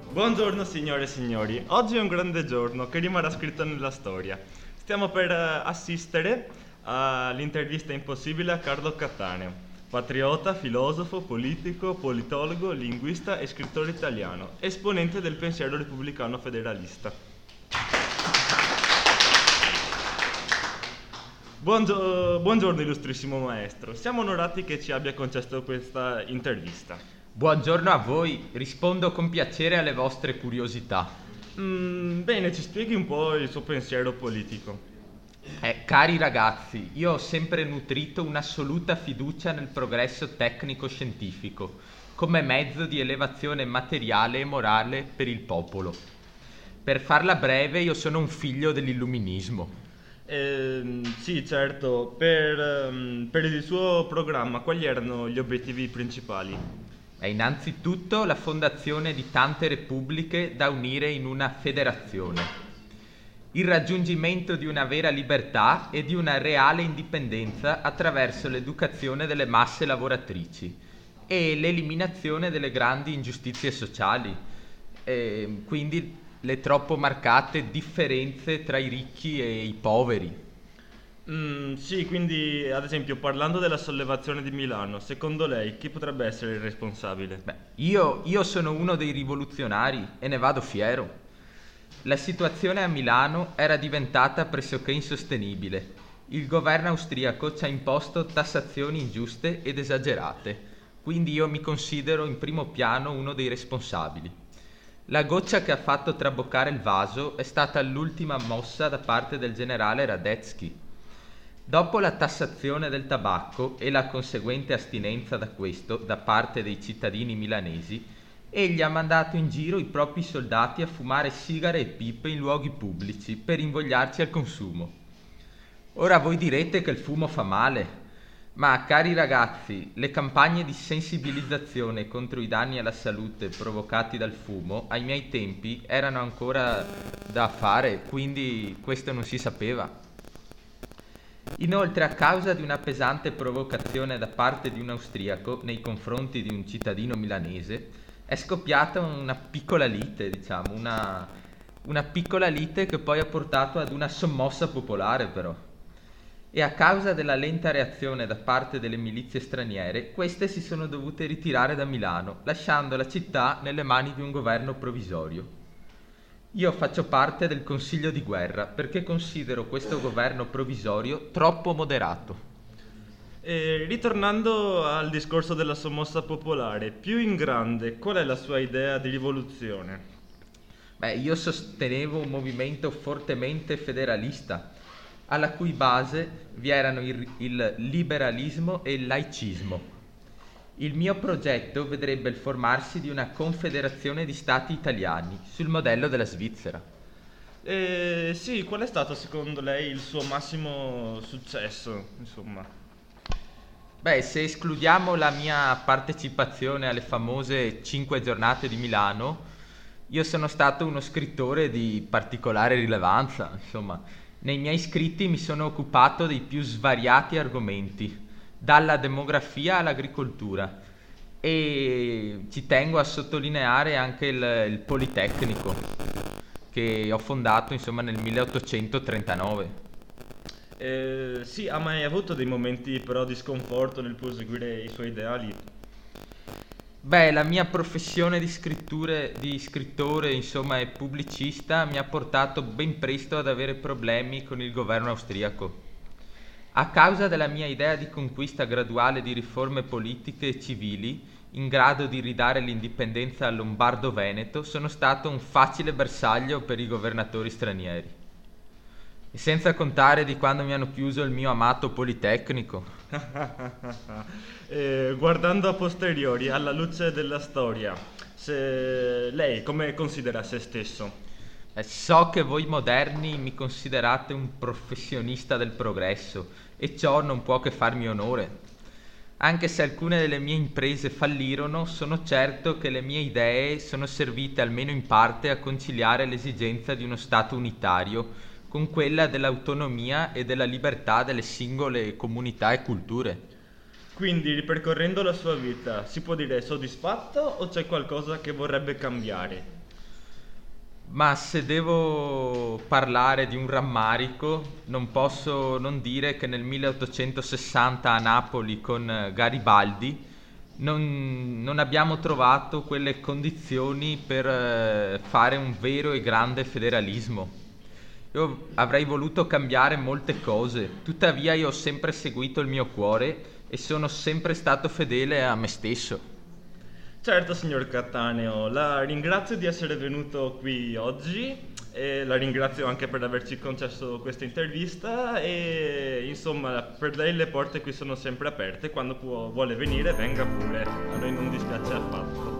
Buongiorno signore e signori, oggi è un grande giorno che rimarrà scritto nella storia. Stiamo per assistere all'intervista impossibile a Carlo Cattaneo, patriota, filosofo, politico, politologo, linguista e scrittore italiano, esponente del pensiero repubblicano federalista. Buongiorno illustrissimo maestro, siamo onorati che ci abbia concesso questa intervista. Buongiorno a voi, rispondo con piacere alle vostre curiosità. Bene, ci spieghi un po' il suo pensiero politico. Cari ragazzi, io ho sempre nutrito un'assoluta fiducia nel progresso tecnico-scientifico come mezzo di elevazione materiale e morale per il popolo. Per farla breve, io sono un figlio dell'illuminismo. Sì, certo, per il suo programma quali erano gli obiettivi principali? È innanzitutto la fondazione di tante repubbliche da unire in una federazione, il raggiungimento di una vera libertà e di una reale indipendenza attraverso l'educazione delle masse lavoratrici e l'eliminazione delle grandi ingiustizie sociali, quindi le troppo marcate differenze tra i ricchi e i poveri. Sì, quindi ad esempio parlando della sollevazione di Milano, secondo lei chi potrebbe essere il responsabile? Io sono uno dei rivoluzionari e ne vado fiero. La situazione a Milano era diventata pressoché insostenibile. Il governo austriaco ci ha imposto tassazioni ingiuste ed esagerate, quindi io mi considero in primo piano uno dei responsabili. La goccia che ha fatto traboccare il vaso è stata l'ultima mossa da parte del generale Radetzky. Dopo la tassazione del tabacco e la conseguente astinenza da questo da parte dei cittadini milanesi, egli ha mandato in giro i propri soldati a fumare sigare e pipe in luoghi pubblici per invogliarci al consumo. Ora voi direte che il fumo fa male, ma cari ragazzi, le campagne di sensibilizzazione contro i danni alla salute provocati dal fumo ai miei tempi erano ancora da fare, quindi questo non si sapeva. Inoltre, a causa di una pesante provocazione da parte di un austriaco nei confronti di un cittadino milanese, è scoppiata una piccola lite, diciamo, una piccola lite che poi ha portato ad una sommossa popolare, però. E a causa della lenta reazione da parte delle milizie straniere, queste si sono dovute ritirare da Milano, lasciando la città nelle mani di un governo provvisorio. Io faccio parte del Consiglio di guerra perché considero questo governo provvisorio troppo moderato. E ritornando al discorso della sommossa popolare, più in grande, qual è la sua idea di rivoluzione? Io sostenevo un movimento fortemente federalista, alla cui base vi erano il liberalismo e il laicismo. Il mio progetto vedrebbe il formarsi di una confederazione di stati italiani, sul modello della Svizzera. Sì, qual è stato secondo lei il suo massimo successo, insomma? Se escludiamo la mia partecipazione alle famose 5 giornate di Milano, io sono stato uno scrittore di particolare rilevanza, insomma. Nei miei scritti mi sono occupato dei più svariati argomenti, dalla demografia all'agricoltura, e ci tengo a sottolineare anche il Politecnico, che ho fondato insomma nel 1839. Sì, ha mai avuto dei momenti però di sconforto nel proseguire i suoi ideali? La mia professione di scrittore, insomma, e pubblicista mi ha portato ben presto ad avere problemi con il governo austriaco. A causa della mia idea di conquista graduale di riforme politiche e civili, in grado di ridare l'indipendenza al Lombardo-Veneto, sono stato un facile bersaglio per i governatori stranieri. E senza contare di quando mi hanno chiuso il mio amato Politecnico. Guardando a posteriori, alla luce della storia, lei come considera se stesso? So che voi moderni mi considerate un professionista del progresso e ciò non può che farmi onore. Anche se alcune delle mie imprese fallirono, sono certo che le mie idee sono servite almeno in parte a conciliare l'esigenza di uno Stato unitario con quella dell'autonomia e della libertà delle singole comunità e culture. Quindi, ripercorrendo la sua vita, si può dire soddisfatto o c'è qualcosa che vorrebbe cambiare? Ma se devo parlare di un rammarico, non posso non dire che nel 1860 a Napoli con Garibaldi non abbiamo trovato quelle condizioni per fare un vero e grande federalismo. Io avrei voluto cambiare molte cose, tuttavia io ho sempre seguito il mio cuore e sono sempre stato fedele a me stesso. Certo, signor Cattaneo, la ringrazio di essere venuto qui oggi e la ringrazio anche per averci concesso questa intervista e insomma per lei le porte qui sono sempre aperte, quando vuole venire venga pure, a noi non dispiace affatto.